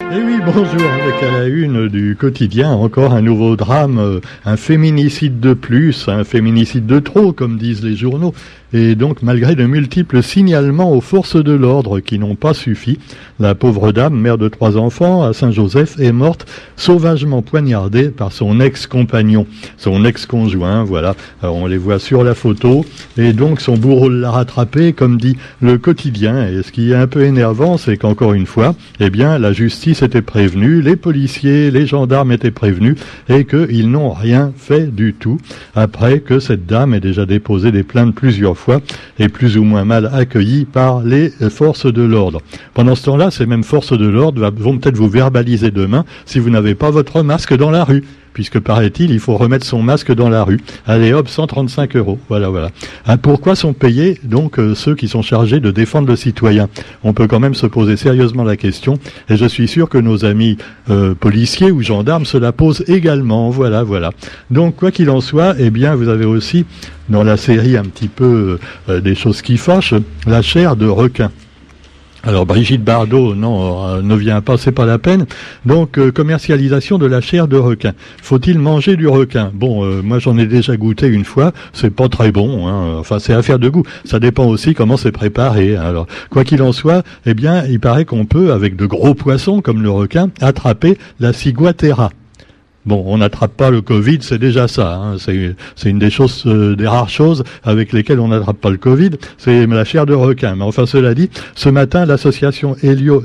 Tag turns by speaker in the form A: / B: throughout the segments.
A: Et oui, bonjour, avec à la une du quotidien, encore un nouveau drame, un féminicide de plus, un féminicide de trop, comme disent les journaux. Et donc, malgré de multiples signalements aux forces de l'ordre qui n'ont pas suffi, la pauvre dame, mère de 3 enfants, à Saint-Joseph, est morte sauvagement poignardée par son ex-compagnon, son ex-conjoint, voilà. Alors, on les voit sur la photo, et donc son bourreau l'a rattrapé, comme dit le quotidien. Et ce qui est un peu énervant, c'est qu'encore une fois, eh bien, la justice était prévenue, les policiers, les gendarmes étaient prévenus, et qu'ils n'ont rien fait du tout, après que cette dame ait déjà déposé des plaintes plusieurs fois et plus ou moins mal accueilli par les forces de l'ordre. Pendant ce temps-là, ces mêmes forces de l'ordre vont peut-être vous verbaliser demain si vous n'avez pas votre masque dans la rue. Puisque, paraît-il, il faut remettre son masque dans la rue. Allez hop, 135 €. Voilà. Pourquoi sont payés, donc, ceux qui sont chargés de défendre le citoyen? On peut quand même se poser sérieusement la question, et je suis sûr que nos amis policiers ou gendarmes se la posent également. Voilà. Donc, quoi qu'il en soit, eh bien, vous avez aussi, dans la série un petit peu des choses qui fâchent, la chair de requin. Alors Brigitte Bardot, non, ne vient pas, c'est pas la peine. Donc commercialisation de la chair de requin. Faut-il manger du requin? Bon, moi j'en ai déjà goûté une fois, c'est pas très bon, hein. Enfin c'est affaire de goût. Ça dépend aussi comment c'est préparé. Alors quoi qu'il en soit, eh bien il paraît qu'on peut, avec de gros poissons comme le requin, attraper la ciguatera. Bon, on n'attrape pas le Covid, c'est déjà ça. Hein. C'est une des choses, des rares choses avec lesquelles on n'attrape pas le Covid, c'est la chair de requin. Mais enfin, cela dit, ce matin, l'association Helio,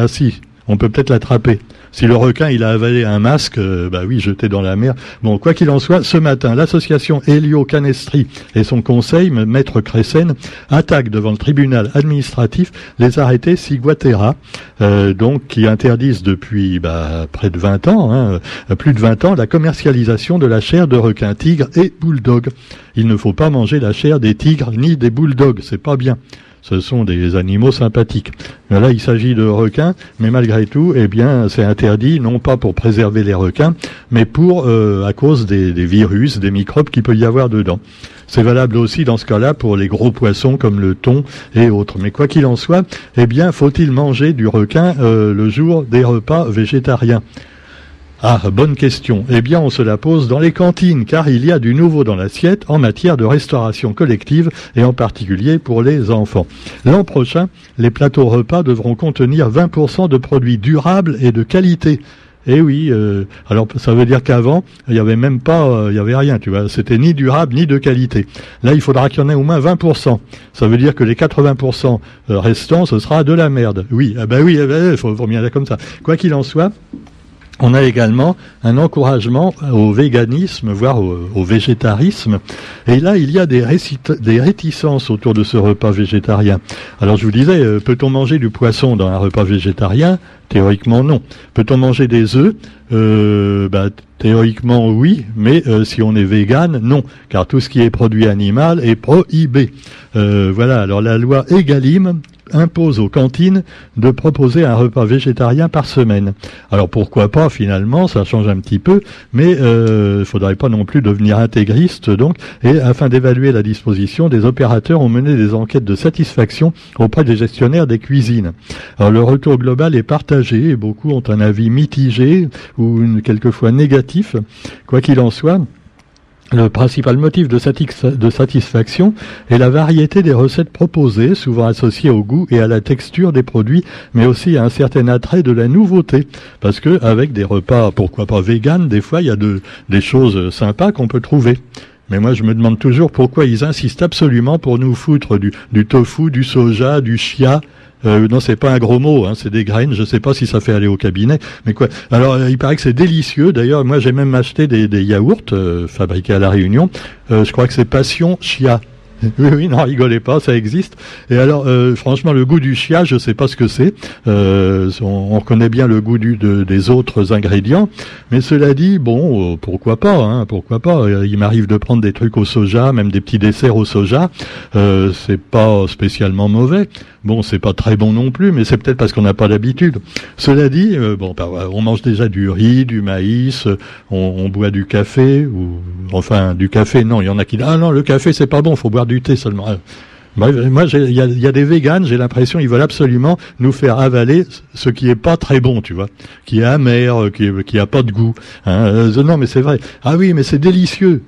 A: on peut peut-être l'attraper. Si le requin, il a avalé un masque, jeté dans la mer. Bon, quoi qu'il en soit, ce matin, l'association Helio Canestri et son conseil, Maître Cressen, attaquent devant le tribunal administratif les arrêtés Ciguatera, qui interdisent depuis près de 20 ans, plus de 20 ans, la commercialisation de la chair de requin, tigre et bulldog. Il ne faut pas manger la chair des tigres ni des bulldogs, c'est pas bien. Ce sont des animaux sympathiques. Là, il s'agit de requins, mais malgré tout, eh bien, c'est interdit, non pas pour préserver les requins, mais à cause des virus, des microbes qu'il peut y avoir dedans. C'est valable aussi dans ce cas-là pour les gros poissons comme le thon et autres. Mais quoi qu'il en soit, eh bien, faut-il manger du requin le jour des repas végétariens? Ah, bonne question. Eh bien, on se la pose dans les cantines, car il y a du nouveau dans l'assiette en matière de restauration collective, et en particulier pour les enfants. L'an prochain, les plateaux repas devront contenir 20% de produits durables et de qualité. Eh oui, alors ça veut dire qu'avant, il y avait même pas, il y avait rien, tu vois, c'était ni durable ni de qualité. Là, il faudra qu'il y en ait au moins 20%. Ça veut dire que les 80% restants, ce sera de la merde. Oui, faut bien dire comme ça. Quoi qu'il en soit, on a également un encouragement au véganisme, voire au végétarisme. Et là, il y a des réticences autour de ce repas végétarien. Alors, je vous disais, peut-on manger du poisson dans un repas végétarien? Théoriquement, non. Peut-on manger des œufs? Théoriquement, oui, mais si on est végane, non, car tout ce qui est produit animal est prohibé. Alors la loi Egalim impose aux cantines de proposer un repas végétarien par semaine. Alors pourquoi pas, finalement, ça change un petit peu, mais faudrait pas non plus devenir intégriste, donc, et afin d'évaluer la disposition, des opérateurs ont mené des enquêtes de satisfaction auprès des gestionnaires des cuisines. Alors le retour global est partagé, et beaucoup ont un avis mitigé, ou quelquefois négatif. Quoi qu'il en soit, le principal motif de satisfaction est la variété des recettes proposées, souvent associées au goût et à la texture des produits, mais aussi à un certain attrait de la nouveauté. Parce que avec des repas, pourquoi pas véganes, des fois il y a des choses sympas qu'on peut trouver. Mais moi je me demande toujours pourquoi ils insistent absolument pour nous foutre du tofu, du soja, du chia. Non, c'est pas un gros mot, hein, c'est des graines. Je sais pas si ça fait aller au cabinet, mais quoi. Alors, il paraît que c'est délicieux. D'ailleurs, moi, j'ai même acheté des yaourts fabriqués à La Réunion. Je crois que c'est Passion Chia. Oui, non, rigolez pas, ça existe. Et alors, franchement, le goût du chia, je sais pas ce que c'est. On reconnaît bien le goût des autres ingrédients. Mais cela dit, bon, pourquoi pas, pourquoi pas. Il m'arrive de prendre des trucs au soja, même des petits desserts au soja. C'est pas spécialement mauvais. Bon, c'est pas très bon non plus, mais c'est peut-être parce qu'on n'a pas l'habitude. Cela dit, on mange déjà du riz, du maïs, on boit du café, du café, non, il y en a qui disent, ah non, le café c'est pas bon, faut boire du thé seulement. Bref, moi, il y a des véganes, j'ai l'impression, ils veulent absolument nous faire avaler ce qui est pas très bon, tu vois, qui est amer, qui a pas de goût. Hein. Non, mais c'est vrai. Ah oui, mais c'est délicieux,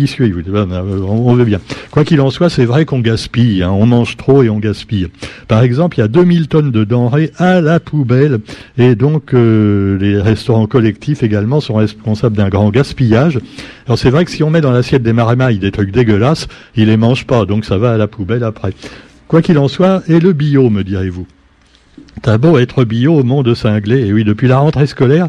A: on veut bien. Quoi qu'il en soit, c'est vrai qu'on gaspille, hein, on mange trop et on gaspille. Par exemple, il y a 2000 tonnes de denrées à la poubelle, et donc les restaurants collectifs également sont responsables d'un grand gaspillage. Alors c'est vrai que si on met dans l'assiette des maremailles des trucs dégueulasses, ils les mangent pas, donc ça va à la poubelle après. Quoi qu'il en soit, et le bio, me direz-vous? T'as beau être bio au monde cinglé, et oui, depuis la rentrée scolaire,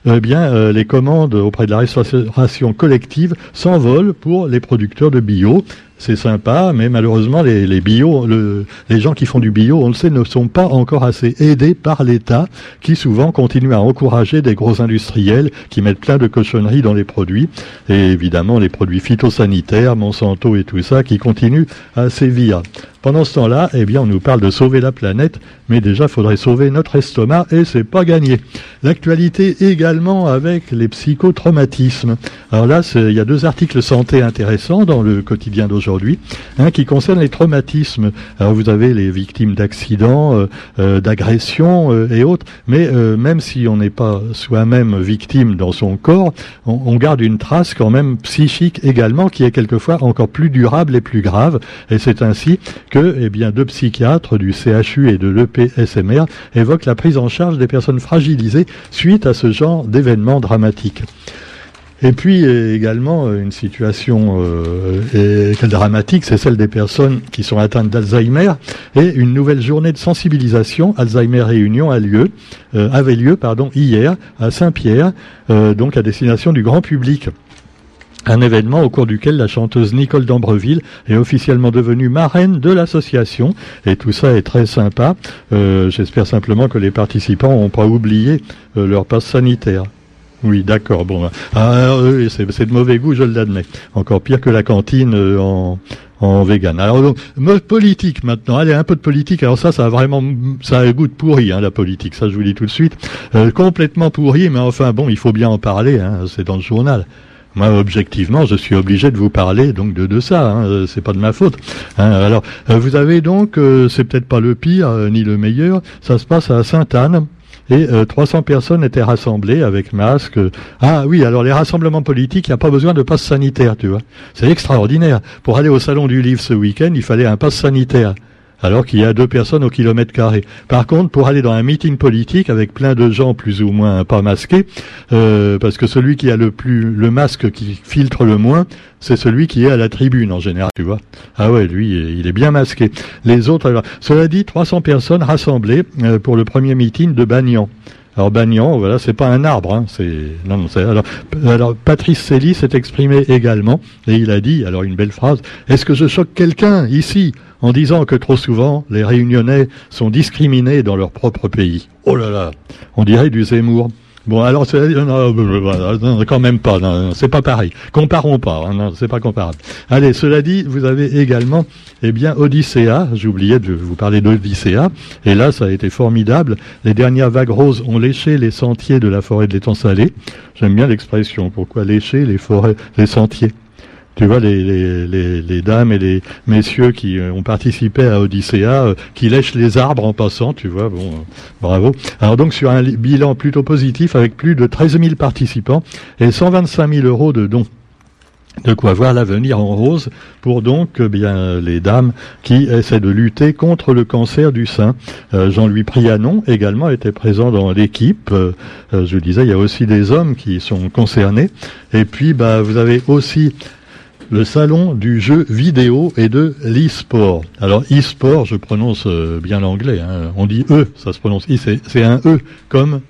A: les commandes auprès de la restauration collective s'envolent pour les producteurs de bio. C'est sympa, mais malheureusement, les gens qui font du bio, on le sait, ne sont pas encore assez aidés par l'État, qui souvent continue à encourager des gros industriels qui mettent plein de cochonneries dans les produits. Et évidemment, les produits phytosanitaires, Monsanto et tout ça, qui continuent à sévir. Pendant ce temps-là, on nous parle de sauver la planète, mais déjà, il faudrait sauver notre estomac, et c'est pas gagné. L'actualité également avec les psychotraumatismes. Alors là, il y a 2 articles santé intéressants dans le quotidien d'aujourd'hui, qui concernent les traumatismes. Alors vous avez les victimes d'accidents, d'agressions et autres, mais même si on n'est pas soi-même victime dans son corps, on garde une trace quand même psychique également, qui est quelquefois encore plus durable et plus grave, et c'est ainsi que 2 psychiatres du CHU et de l'EPSMR évoquent la prise en charge des personnes fragilisées suite à ce genre d'événements dramatiques. Et puis également une situation dramatique, c'est celle des personnes qui sont atteintes d'Alzheimer, et une nouvelle journée de sensibilisation Alzheimer Réunion avait lieu hier à Saint-Pierre, donc à destination du grand public. Un événement au cours duquel la chanteuse Nicole d'Ambreville est officiellement devenue marraine de l'association, et tout ça est très sympa. J'espère simplement que les participants n'ont pas oublié leur passe sanitaire. Oui, d'accord, bon. C'est de mauvais goût, je l'admets. Encore pire que la cantine en vegan. Alors donc, politique maintenant. Allez, un peu de politique. Alors ça a un goût de pourri, la politique. Ça, je vous dis tout de suite. Complètement pourri, mais enfin bon, il faut bien en parler, c'est dans le journal. Moi, objectivement, je suis obligé de vous parler donc de ça. C'est pas de ma faute. Alors, vous avez donc, c'est peut-être pas le pire ni le meilleur. Ça se passe à Sainte-Anne. Et 300 personnes étaient rassemblées avec masques. Ah oui, alors les rassemblements politiques, il n'y a pas besoin de passe sanitaire, tu vois. C'est extraordinaire. Pour aller au Salon du Livre ce week-end, il fallait un passe sanitaire, alors qu'il y a 2 personnes au kilomètre carré. Par contre, pour aller dans un meeting politique avec plein de gens plus ou moins pas masqués, parce que celui qui a le masque qui filtre le moins, c'est celui qui est à la tribune en général, tu vois. Ah ouais, lui, il est bien masqué. Les autres, alors, cela dit, 300 personnes rassemblées pour le premier meeting de Bagnan. Alors Bagnan, voilà, c'est pas un arbre, alors Patrice Célie s'est exprimé également, et il a dit, alors une belle phrase, est-ce que je choque quelqu'un ici en disant que trop souvent les Réunionnais sont discriminés dans leur propre pays? Oh là là, on dirait du Zemmour. Bon, alors, non, quand même pas, non, c'est pas pareil. Comparons pas, non, c'est pas comparable. Allez, cela dit, vous avez également, Odyssea, j'ai oublié de vous parler d'Odyssea, et là, ça a été formidable. Les dernières vagues roses ont léché les sentiers de la forêt de l'étang salé. J'aime bien l'expression, pourquoi lécher les sentiers? Tu vois, les dames et les messieurs qui ont participé à Odyssea, qui lèchent les arbres en passant, tu vois, bon, bravo. Alors donc, sur un bilan plutôt positif, avec plus de 13 000 participants et 125 000 € de dons. De quoi voir l'avenir en rose pour donc les dames qui essaient de lutter contre le cancer du sein. Jean-Louis Prianon également était présent dans l'équipe. Je vous disais, il y a aussi des hommes qui sont concernés. Et puis, vous avez aussi le salon du jeu vidéo et de l'e-sport. Alors, e-sport, je prononce bien l'anglais. On dit E, ça se prononce I. C'est un E comme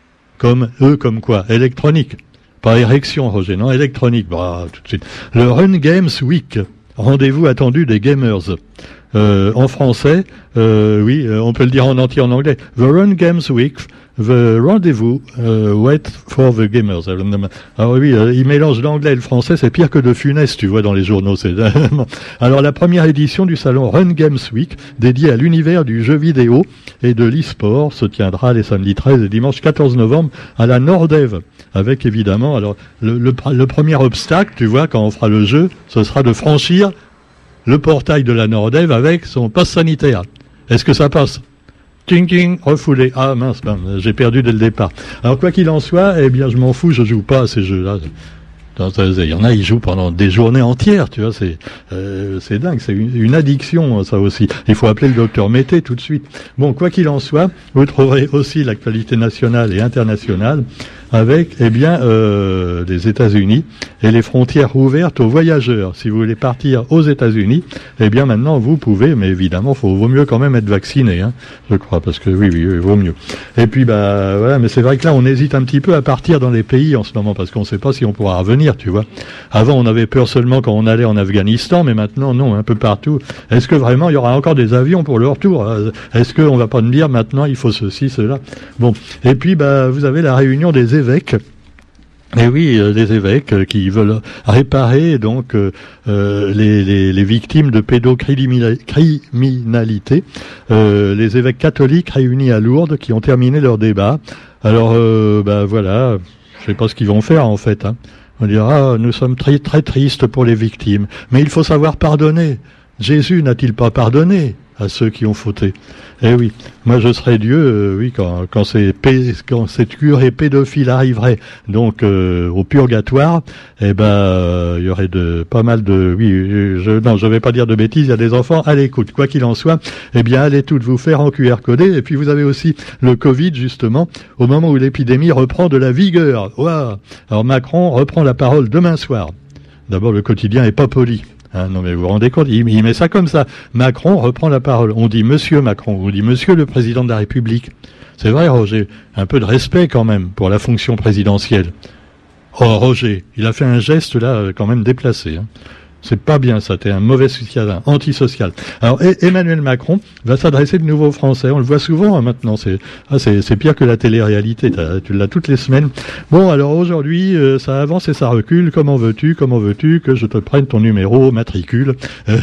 A: E comme quoi? Électronique. Pas érection, Roger, non, électronique. Tout de suite. Le Run Games Week. Rendez-vous attendu des gamers. En français, on peut le dire en entier en anglais. The Run Games Week. The rendezvous, wait for the gamers. Alors oui, il mélange l'anglais et le français, c'est pire que de Funès, tu vois, dans les journaux. Alors la première édition du salon Run Games Week, dédiée à l'univers du jeu vidéo et de l'e-sport, se tiendra les samedis 13 et dimanche 14 novembre à la Nordève, avec évidemment, alors le premier obstacle, tu vois, quand on fera le jeu, ce sera de franchir le portail de la Nordève avec son passe sanitaire. Est-ce que ça passe? Ting ting, refoulé. Ah mince, j'ai perdu dès le départ. Alors quoi qu'il en soit, eh bien je m'en fous, je joue pas à ces jeux-là. Il y en a, ils jouent pendant des journées entières, tu vois, c'est dingue, c'est une addiction, ça aussi. Il faut appeler le docteur Mété tout de suite. Bon, quoi qu'il en soit, vous trouverez aussi l'actualité nationale et internationale avec, eh bien, les États-Unis et les frontières ouvertes aux voyageurs. Si vous voulez partir aux États-Unis, eh bien, maintenant, vous pouvez, mais évidemment, vaut mieux quand même être vacciné, hein, je crois, parce que oui, vaut mieux. Et puis, voilà, mais c'est vrai que là, on hésite un petit peu à partir dans les pays en ce moment, parce qu'on ne sait pas si on pourra revenir, tu vois. Avant, on avait peur seulement quand on allait en Afghanistan, mais maintenant, non, un peu partout. Est-ce que vraiment, il y aura encore des avions pour le retour? Est-ce qu'on va pas me dire, maintenant, il faut ceci, cela? Bon. Et puis, vous avez la réunion des évêques. Et oui, les évêques qui veulent réparer donc les victimes de pédocriminalité, les évêques catholiques réunis à Lourdes qui ont terminé leur débat. Alors voilà, je sais pas ce qu'ils vont faire en fait. Hein. On dira nous sommes très très tristes pour les victimes, mais il faut savoir pardonner. Jésus n'a-t-il pas pardonné à ceux qui ont fauté? Eh oui, moi je serais Dieu, oui, quand cette curé pédophile arriverait donc au purgatoire, eh il y aurait pas mal de, oui, je vais pas dire de bêtises, il y a des enfants à l'écoute. Quoi qu'il en soit, eh bien allez toutes vous faire en QR codé. Et puis vous avez aussi le Covid justement, au moment où l'épidémie reprend de la vigueur. Ouah. Alors Macron reprend la parole demain soir. D'abord le quotidien est pas poli. Non mais vous vous rendez compte, il met ça comme ça. Macron reprend la parole. On dit Monsieur Macron, on dit Monsieur le Président de la République. C'est vrai, Roger, un peu de respect quand même pour la fonction présidentielle. Oh Roger, il a fait un geste là quand même déplacé. Hein. C'est pas bien ça, t'es un mauvais citoyen, antisocial. Alors Emmanuel Macron va s'adresser de nouveau aux Français, on le voit souvent hein, maintenant, c'est pire que la télé-réalité, tu l'as toutes les semaines. Bon alors aujourd'hui, ça avance et ça recule, comment veux-tu que je te prenne ton numéro matricule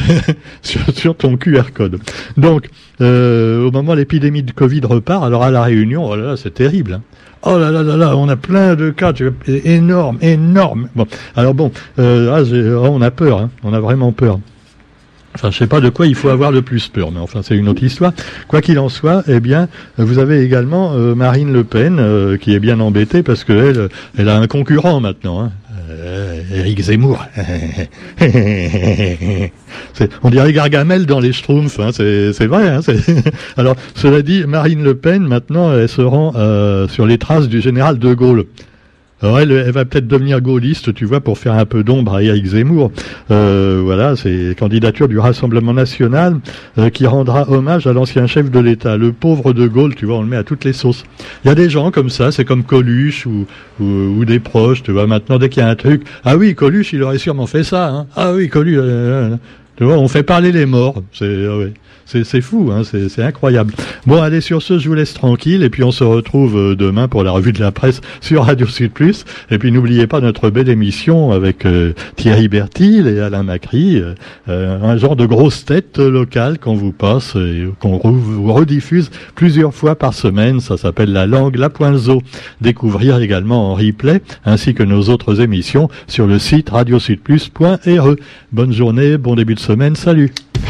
A: sur ton QR code. Donc, au moment où l'épidémie de Covid repart, alors à La Réunion, oh là là, c'est terrible, hein. Oh là là là là, on a plein de cas, énorme. Bon, alors bon, on a peur, hein, on a vraiment peur. Enfin, je sais pas de quoi il faut avoir le plus peur, mais enfin, c'est une autre histoire. Quoi qu'il en soit, eh bien, vous avez également Marine Le Pen qui est bien embêtée parce que elle a un concurrent maintenant, hein. Éric Zemmour. On dirait Gargamel dans les Schtroumpfs, hein, c'est vrai. Hein, alors, cela dit, Marine Le Pen, maintenant, elle se rend sur les traces du général de Gaulle. Alors elle va peut-être devenir gaulliste, tu vois, pour faire un peu d'ombre à Éric Zemmour. Voilà, c'est candidature du Rassemblement National qui rendra hommage à l'ancien chef de l'État. Le pauvre de Gaulle, tu vois, on le met à toutes les sauces. Il y a des gens comme ça, c'est comme Coluche ou des proches, tu vois. Maintenant, dès qu'il y a un truc, ah oui, Coluche, il aurait sûrement fait ça. Hein. Ah oui, Coluche, tu vois, on fait parler les morts. C'est fou, hein, c'est incroyable. Bon, allez, sur ce, je vous laisse tranquille, et puis on se retrouve demain pour la revue de la presse sur Radio Sud Plus. Et puis n'oubliez pas notre belle émission avec Thierry Bertil et Alain Macri, un genre de grosse tête locale qu'on vous passe et qu'on vous rediffuse plusieurs fois par semaine. Ça s'appelle La Langue, la Poinzo. Découvrir également en replay, ainsi que nos autres émissions sur le site radiosudplus.re. Bonne journée, bon début de semaine, salut.